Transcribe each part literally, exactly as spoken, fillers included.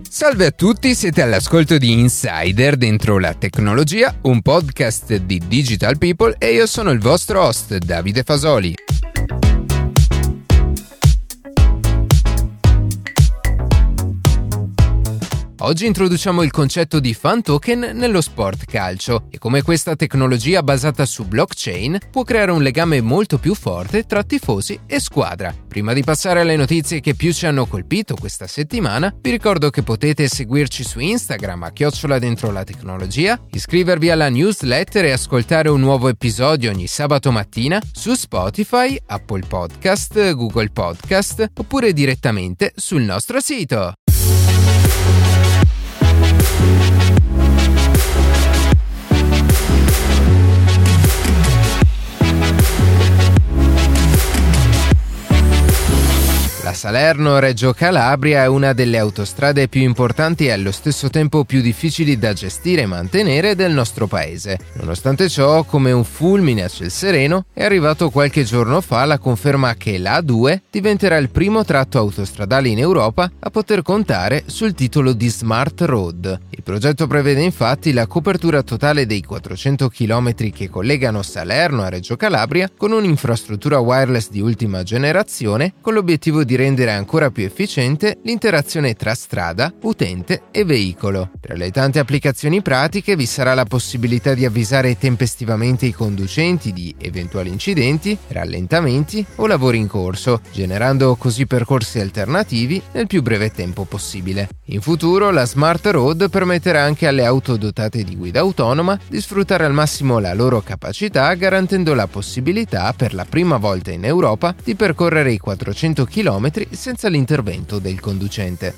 Salve a tutti, siete all'ascolto di Insider dentro la tecnologia, un podcast di Digital People e io sono il vostro host Davide Fasoli. Oggi introduciamo il concetto di fan token nello sport calcio e come questa tecnologia basata su blockchain può creare un legame molto più forte tra tifosi e squadra. Prima di passare alle notizie che più ci hanno colpito questa settimana, vi ricordo che potete seguirci su Instagram a chiocciola dentro la tecnologia, iscrivervi alla newsletter e ascoltare un nuovo episodio ogni sabato mattina su Spotify, Apple Podcast, Google Podcast oppure direttamente sul nostro sito. La Salerno-Reggio Calabria è una delle autostrade più importanti e allo stesso tempo più difficili da gestire e mantenere del nostro paese. Nonostante ciò, come un fulmine a ciel sereno, è arrivato qualche giorno fa la conferma che la A due diventerà il primo tratto autostradale in Europa a poter contare sul titolo di Smart Road. Il progetto prevede infatti la copertura totale dei quattrocento chilometri che collegano Salerno a Reggio Calabria con un'infrastruttura wireless di ultima generazione con l'obiettivo di rendere ancora più efficiente l'interazione tra strada, utente e veicolo. Tra le tante applicazioni pratiche vi sarà la possibilità di avvisare tempestivamente i conducenti di eventuali incidenti, rallentamenti o lavori in corso, generando così percorsi alternativi nel più breve tempo possibile. In futuro la Smart Road permetterà anche alle auto dotate di guida autonoma di sfruttare al massimo la loro capacità, garantendo la possibilità per la prima volta in Europa di percorrere i quattrocento chilometri senza l'intervento del conducente.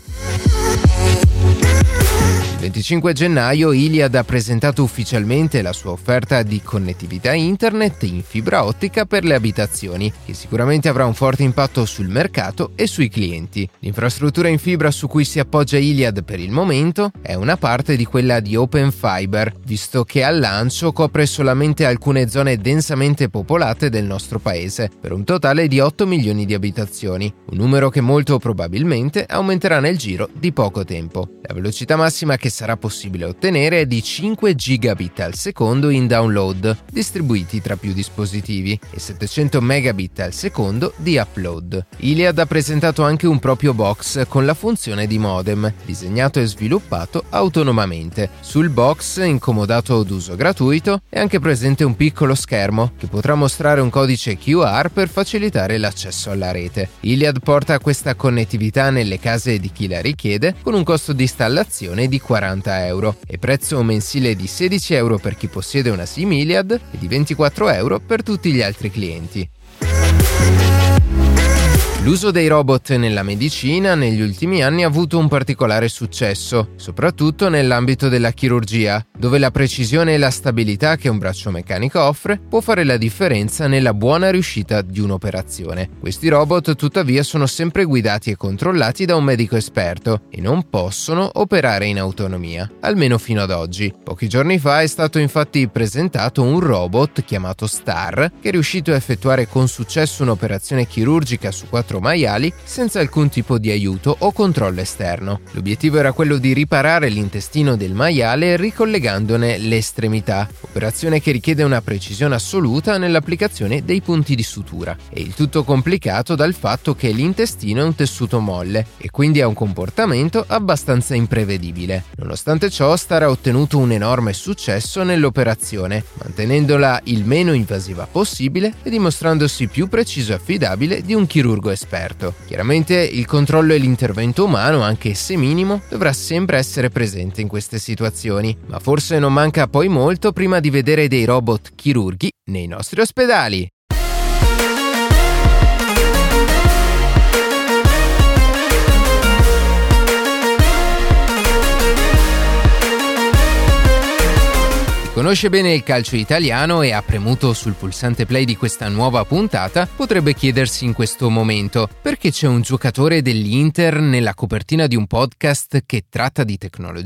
Il venticinque gennaio Iliad ha presentato ufficialmente la sua offerta di connettività internet in fibra ottica per le abitazioni, che sicuramente avrà un forte impatto sul mercato e sui clienti. L'infrastruttura in fibra su cui si appoggia Iliad per il momento è una parte di quella di Open Fiber, visto che al lancio copre solamente alcune zone densamente popolate del nostro paese, per un totale di otto milioni di abitazioni, un numero che molto probabilmente aumenterà nel giro di poco tempo. La velocità massima che sarà possibile ottenere è di cinque gigabit al secondo in download, distribuiti tra più dispositivi, e settecento megabit al secondo di upload. Iliad ha presentato anche un proprio box con la funzione di modem, disegnato e sviluppato autonomamente. Sul box, incomodato d'uso gratuito, è anche presente un piccolo schermo che potrà mostrare un codice Q R per facilitare l'accesso alla rete. Iliad porta questa connettività nelle case di chi la richiede con un costo di installazione di quaranta euro e prezzo mensile di sedici euro per chi possiede una SIM Iliad e di ventiquattro euro per tutti gli altri clienti. L'uso dei robot nella medicina negli ultimi anni ha avuto un particolare successo, soprattutto nell'ambito della chirurgia, dove la precisione e la stabilità che un braccio meccanico offre può fare la differenza nella buona riuscita di un'operazione. Questi robot, tuttavia, sono sempre guidati e controllati da un medico esperto e non possono operare in autonomia, almeno fino ad oggi. Pochi giorni fa è stato infatti presentato un robot chiamato Star, che è riuscito a effettuare con successo un'operazione chirurgica su quattro maiali senza alcun tipo di aiuto o controllo esterno. L'obiettivo era quello di riparare l'intestino del maiale ricollegandone le estremità, operazione che richiede una precisione assoluta nell'applicazione dei punti di sutura, e il tutto complicato dal fatto che l'intestino è un tessuto molle e quindi ha un comportamento abbastanza imprevedibile. Nonostante ciò, Star ha ottenuto un enorme successo nell'operazione, mantenendola il meno invasiva possibile e dimostrandosi più preciso e affidabile di un chirurgo esperto. Chiaramente il controllo e l'intervento umano, anche se minimo, dovrà sempre essere presente in queste situazioni, ma forse non manca poi molto prima di vedere dei robot chirurghi nei nostri ospedali. Conosce bene il calcio italiano e ha premuto sul pulsante play di questa nuova puntata, potrebbe chiedersi in questo momento perché c'è un giocatore dell'Inter nella copertina di un podcast che tratta di tecnologia?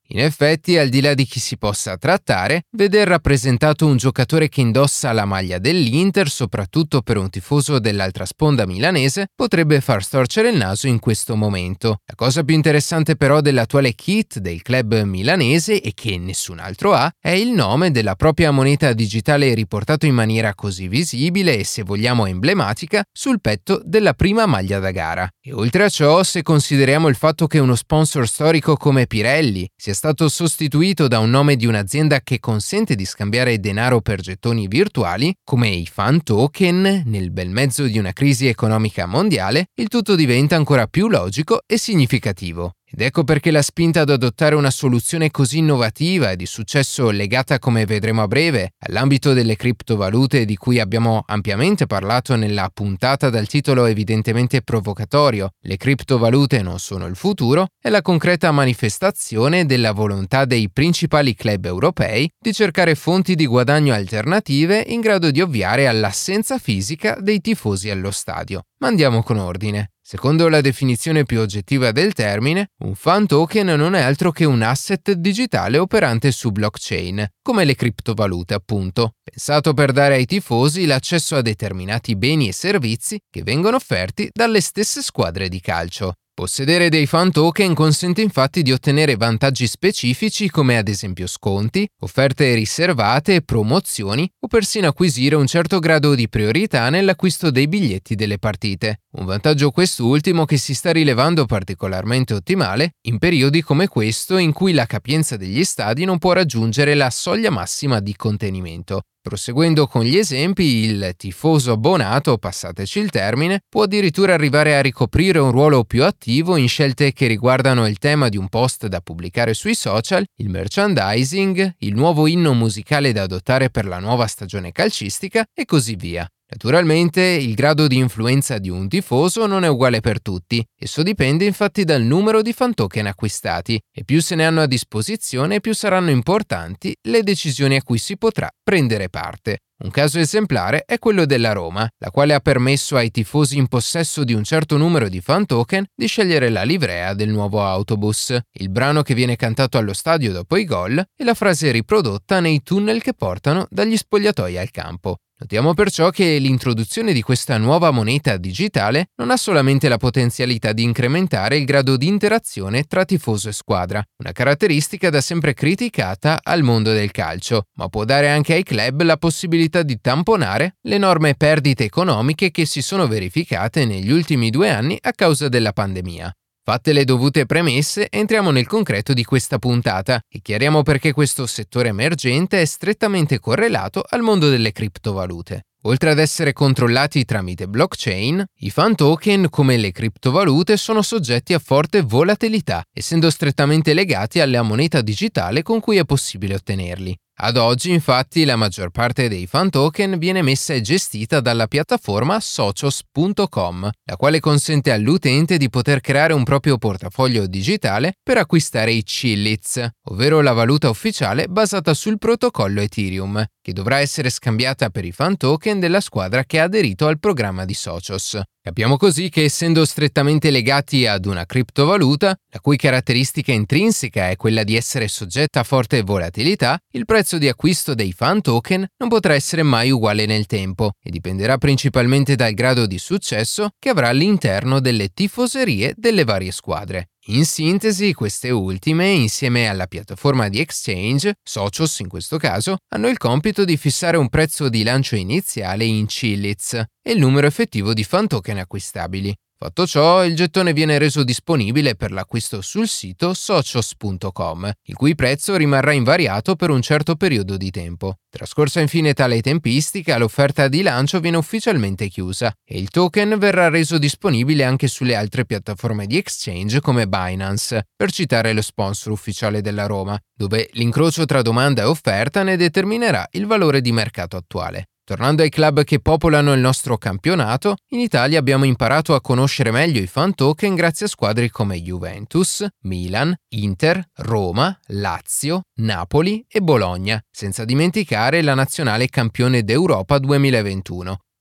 In effetti, al di là di chi si possa trattare, veder rappresentato un giocatore che indossa la maglia dell'Inter, soprattutto per un tifoso dell'altra sponda milanese, potrebbe far storcere il naso in questo momento. La cosa più interessante però dell'attuale kit del club milanese, e che nessun altro ha, è il nome della propria moneta digitale riportato in maniera così visibile e, se vogliamo, emblematica sul petto della prima maglia da gara. E oltre a ciò, se consideriamo il fatto che uno sponsor storico come Pirelli sia stato sostituito da un nome di un'azienda che consente di scambiare denaro per gettoni virtuali, come i fan token, nel bel mezzo di una crisi economica mondiale, il tutto diventa ancora più logico e significativo. Ed ecco perché la spinta ad adottare una soluzione così innovativa e di successo, legata, come vedremo a breve, all'ambito delle criptovalute di cui abbiamo ampiamente parlato nella puntata dal titolo evidentemente provocatorio "Le criptovalute non sono il futuro", è la concreta manifestazione della volontà dei principali club europei di cercare fonti di guadagno alternative in grado di ovviare all'assenza fisica dei tifosi allo stadio. Ma andiamo con ordine. Secondo la definizione più oggettiva del termine, un fan token non è altro che un asset digitale operante su blockchain, come le criptovalute appunto, pensato per dare ai tifosi l'accesso a determinati beni e servizi che vengono offerti dalle stesse squadre di calcio. Possedere dei fan token consente infatti di ottenere vantaggi specifici come ad esempio sconti, offerte riservate, promozioni o persino acquisire un certo grado di priorità nell'acquisto dei biglietti delle partite. Un vantaggio quest'ultimo che si sta rilevando particolarmente ottimale in periodi come questo in cui la capienza degli stadi non può raggiungere la soglia massima di contenimento. Proseguendo con gli esempi, il tifoso abbonato, passateci il termine, può addirittura arrivare a ricoprire un ruolo più attivo in scelte che riguardano il tema di un post da pubblicare sui social, il merchandising, il nuovo inno musicale da adottare per la nuova stagione calcistica e così via. Naturalmente, il grado di influenza di un tifoso non è uguale per tutti, esso dipende infatti dal numero di fan token acquistati, e più se ne hanno a disposizione più saranno importanti le decisioni a cui si potrà prendere parte. Un caso esemplare è quello della Roma, la quale ha permesso ai tifosi in possesso di un certo numero di fan token di scegliere la livrea del nuovo autobus, il brano che viene cantato allo stadio dopo i gol e la frase riprodotta nei tunnel che portano dagli spogliatoi al campo. Notiamo perciò che l'introduzione di questa nuova moneta digitale non ha solamente la potenzialità di incrementare il grado di interazione tra tifoso e squadra, una caratteristica da sempre criticata al mondo del calcio, ma può dare anche ai club la possibilità di tamponare le enormi perdite economiche che si sono verificate negli ultimi due anni a causa della pandemia. Fatte le dovute premesse, entriamo nel concreto di questa puntata e chiariamo perché questo settore emergente è strettamente correlato al mondo delle criptovalute. Oltre ad essere controllati tramite blockchain, i fan token, come le criptovalute, sono soggetti a forte volatilità, essendo strettamente legati alla moneta digitale con cui è possibile ottenerli. Ad oggi, infatti, la maggior parte dei fan token viene messa e gestita dalla piattaforma socios punto com, la quale consente all'utente di poter creare un proprio portafoglio digitale per acquistare i Chillits, ovvero la valuta ufficiale basata sul protocollo Ethereum, che dovrà essere scambiata per i fan token della squadra che ha aderito al programma di Socios. Capiamo così che, essendo strettamente legati ad una criptovaluta, la cui caratteristica intrinseca è quella di essere soggetta a forte volatilità, il prezzo di acquisto dei fan token non potrà essere mai uguale nel tempo e dipenderà principalmente dal grado di successo che avrà all'interno delle tifoserie delle varie squadre. In sintesi, queste ultime, insieme alla piattaforma di exchange, Socios in questo caso, hanno il compito di fissare un prezzo di lancio iniziale in Chillits e il numero effettivo di fan token acquistabili. Fatto ciò, il gettone viene reso disponibile per l'acquisto sul sito socios punto com, il cui prezzo rimarrà invariato per un certo periodo di tempo. Trascorsa infine tale tempistica, l'offerta di lancio viene ufficialmente chiusa e il token verrà reso disponibile anche sulle altre piattaforme di exchange come Binance, per citare lo sponsor ufficiale della Roma, dove l'incrocio tra domanda e offerta ne determinerà il valore di mercato attuale. Tornando ai club che popolano il nostro campionato, in Italia abbiamo imparato a conoscere meglio i fan token grazie a squadre come Juventus, Milan, Inter, Roma, Lazio, Napoli e Bologna, senza dimenticare la nazionale campione d'Europa duemilaventuno.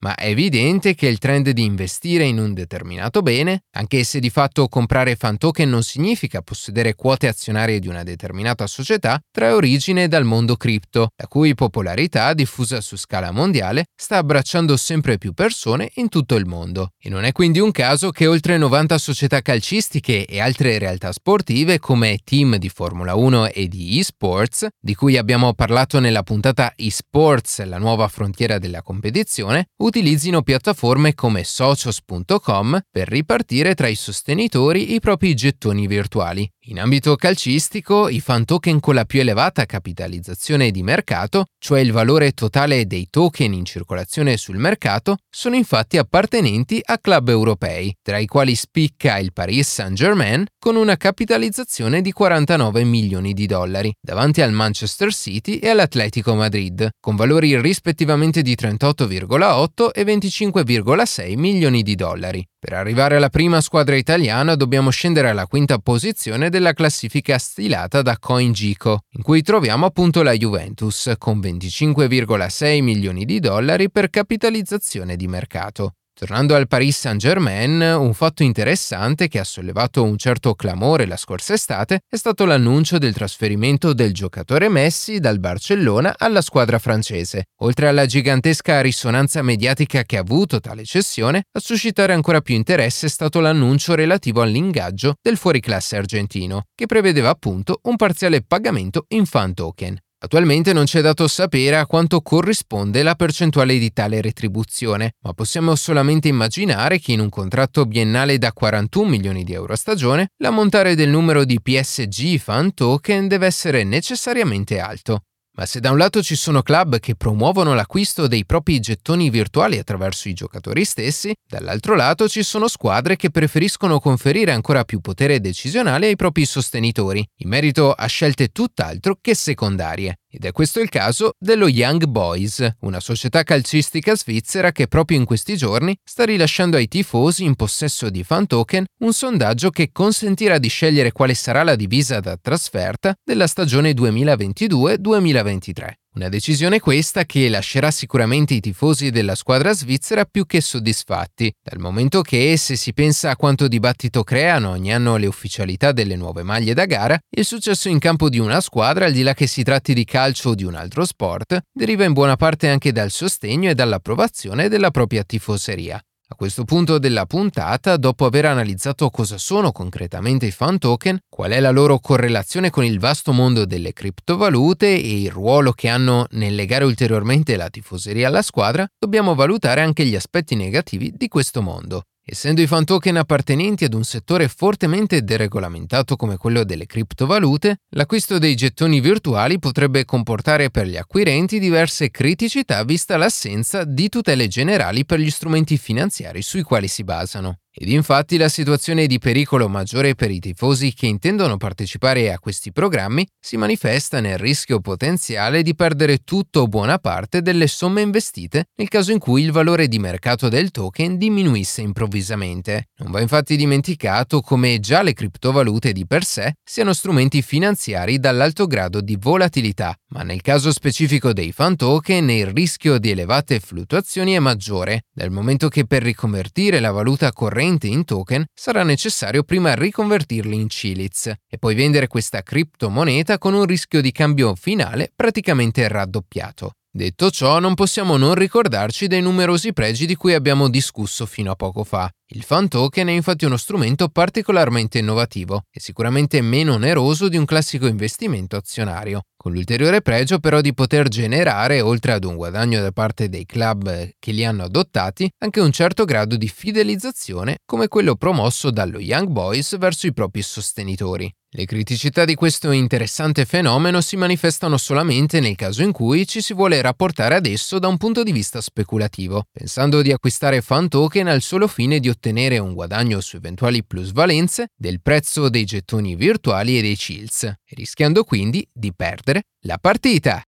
ma è evidente che il trend di investire in un determinato bene, anche se di fatto comprare fan token non significa possedere quote azionarie di una determinata società, trae origine dal mondo cripto, la cui popolarità, diffusa su scala mondiale, sta abbracciando sempre più persone in tutto il mondo. E non è quindi un caso che oltre novanta società calcistiche e altre realtà sportive come team di Formula uno e di eSports, di cui abbiamo parlato nella puntata eSports, la nuova frontiera della competizione, utilizzino piattaforme come socios punto com per ripartire tra i sostenitori i propri gettoni virtuali. In ambito calcistico, i fan token con la più elevata capitalizzazione di mercato, cioè il valore totale dei token in circolazione sul mercato, sono infatti appartenenti a club europei, tra i quali spicca il Paris Saint-Germain con una capitalizzazione di quarantanove milioni di dollari, davanti al Manchester City e all'Atletico Madrid, con valori rispettivamente di trentotto virgola otto e venticinque virgola sei milioni di dollari. Per arrivare alla prima squadra italiana dobbiamo scendere alla quinta posizione della classifica stilata da CoinGecko, in cui troviamo appunto la Juventus, con venticinque virgola sei milioni di dollari per capitalizzazione di mercato. Tornando al Paris Saint-Germain, un fatto interessante che ha sollevato un certo clamore la scorsa estate è stato l'annuncio del trasferimento del giocatore Messi dal Barcellona alla squadra francese. Oltre alla gigantesca risonanza mediatica che ha avuto tale cessione, a suscitare ancora più interesse è stato l'annuncio relativo all'ingaggio del fuoriclasse argentino, che prevedeva appunto un parziale pagamento in fan token. Attualmente non c'è dato sapere a quanto corrisponde la percentuale di tale retribuzione, ma possiamo solamente immaginare che in un contratto biennale da quarantuno milioni di euro a stagione, l'ammontare del numero di P S G fan token deve essere necessariamente alto. Ma se da un lato ci sono club che promuovono l'acquisto dei propri gettoni virtuali attraverso i giocatori stessi, dall'altro lato ci sono squadre che preferiscono conferire ancora più potere decisionale ai propri sostenitori, in merito a scelte tutt'altro che secondarie. Ed è questo il caso dello Young Boys, una società calcistica svizzera che proprio in questi giorni sta rilasciando ai tifosi in possesso di fan token un sondaggio che consentirà di scegliere quale sarà la divisa da trasferta della stagione duemilaventidue duemilaventitré. Una decisione questa che lascerà sicuramente i tifosi della squadra svizzera più che soddisfatti, dal momento che, se si pensa a quanto dibattito creano ogni anno le ufficialità delle nuove maglie da gara, il successo in campo di una squadra, al di là che si tratti di calcio o di un altro sport, deriva in buona parte anche dal sostegno e dall'approvazione della propria tifoseria. A questo punto della puntata, dopo aver analizzato cosa sono concretamente i fan token, qual è la loro correlazione con il vasto mondo delle criptovalute e il ruolo che hanno nel legare ulteriormente la tifoseria alla squadra, dobbiamo valutare anche gli aspetti negativi di questo mondo. Essendo i fan token appartenenti ad un settore fortemente deregolamentato come quello delle criptovalute, l'acquisto dei gettoni virtuali potrebbe comportare per gli acquirenti diverse criticità vista l'assenza di tutele generali per gli strumenti finanziari sui quali si basano. Ed infatti la situazione di pericolo maggiore per i tifosi che intendono partecipare a questi programmi si manifesta nel rischio potenziale di perdere tutto o buona parte delle somme investite nel caso in cui il valore di mercato del token diminuisse improvvisamente. Non va infatti dimenticato come già le criptovalute di per sé siano strumenti finanziari dall'alto grado di volatilità, ma nel caso specifico dei fan token il rischio di elevate fluttuazioni è maggiore, dal momento che per riconvertire la valuta corrente in token sarà necessario prima riconvertirli in C I L I Z e poi vendere questa criptomoneta con un rischio di cambio finale praticamente raddoppiato. Detto ciò, non possiamo non ricordarci dei numerosi pregi di cui abbiamo discusso fino a poco fa. Il fan token è infatti uno strumento particolarmente innovativo e sicuramente meno oneroso di un classico investimento azionario, con l'ulteriore pregio però di poter generare, oltre ad un guadagno da parte dei club che li hanno adottati, anche un certo grado di fidelizzazione come quello promosso dallo Young Boys verso i propri sostenitori. Le criticità di questo interessante fenomeno si manifestano solamente nel caso in cui ci si vuole rapportare ad esso da un punto di vista speculativo, pensando di acquistare fan token al solo fine di ottenere un guadagno su eventuali plusvalenze del prezzo dei gettoni virtuali e dei C I L Z, rischiando quindi di perdere la partita.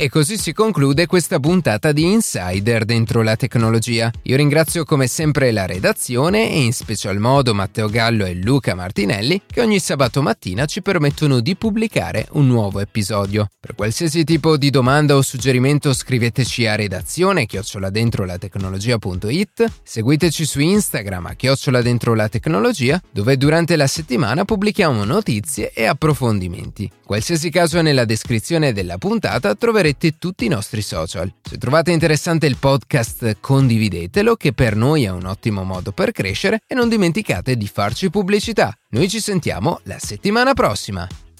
E così si conclude questa puntata di Insider dentro la tecnologia. Io ringrazio come sempre la redazione e in special modo Matteo Gallo e Luca Martinelli che ogni sabato mattina ci permettono di pubblicare un nuovo episodio. Per qualsiasi tipo di domanda o suggerimento scriveteci a redazione chiocciola dentro la tecnologia punto it, seguiteci su Instagram a chiocciola dentro la tecnologia, dove durante la settimana pubblichiamo notizie e approfondimenti. Qualsiasi caso nella descrizione della puntata troverete tutti i nostri social. Se trovate interessante il podcast, condividetelo, che per noi è un ottimo modo per crescere, e non dimenticate di farci pubblicità. Noi ci sentiamo la settimana prossima.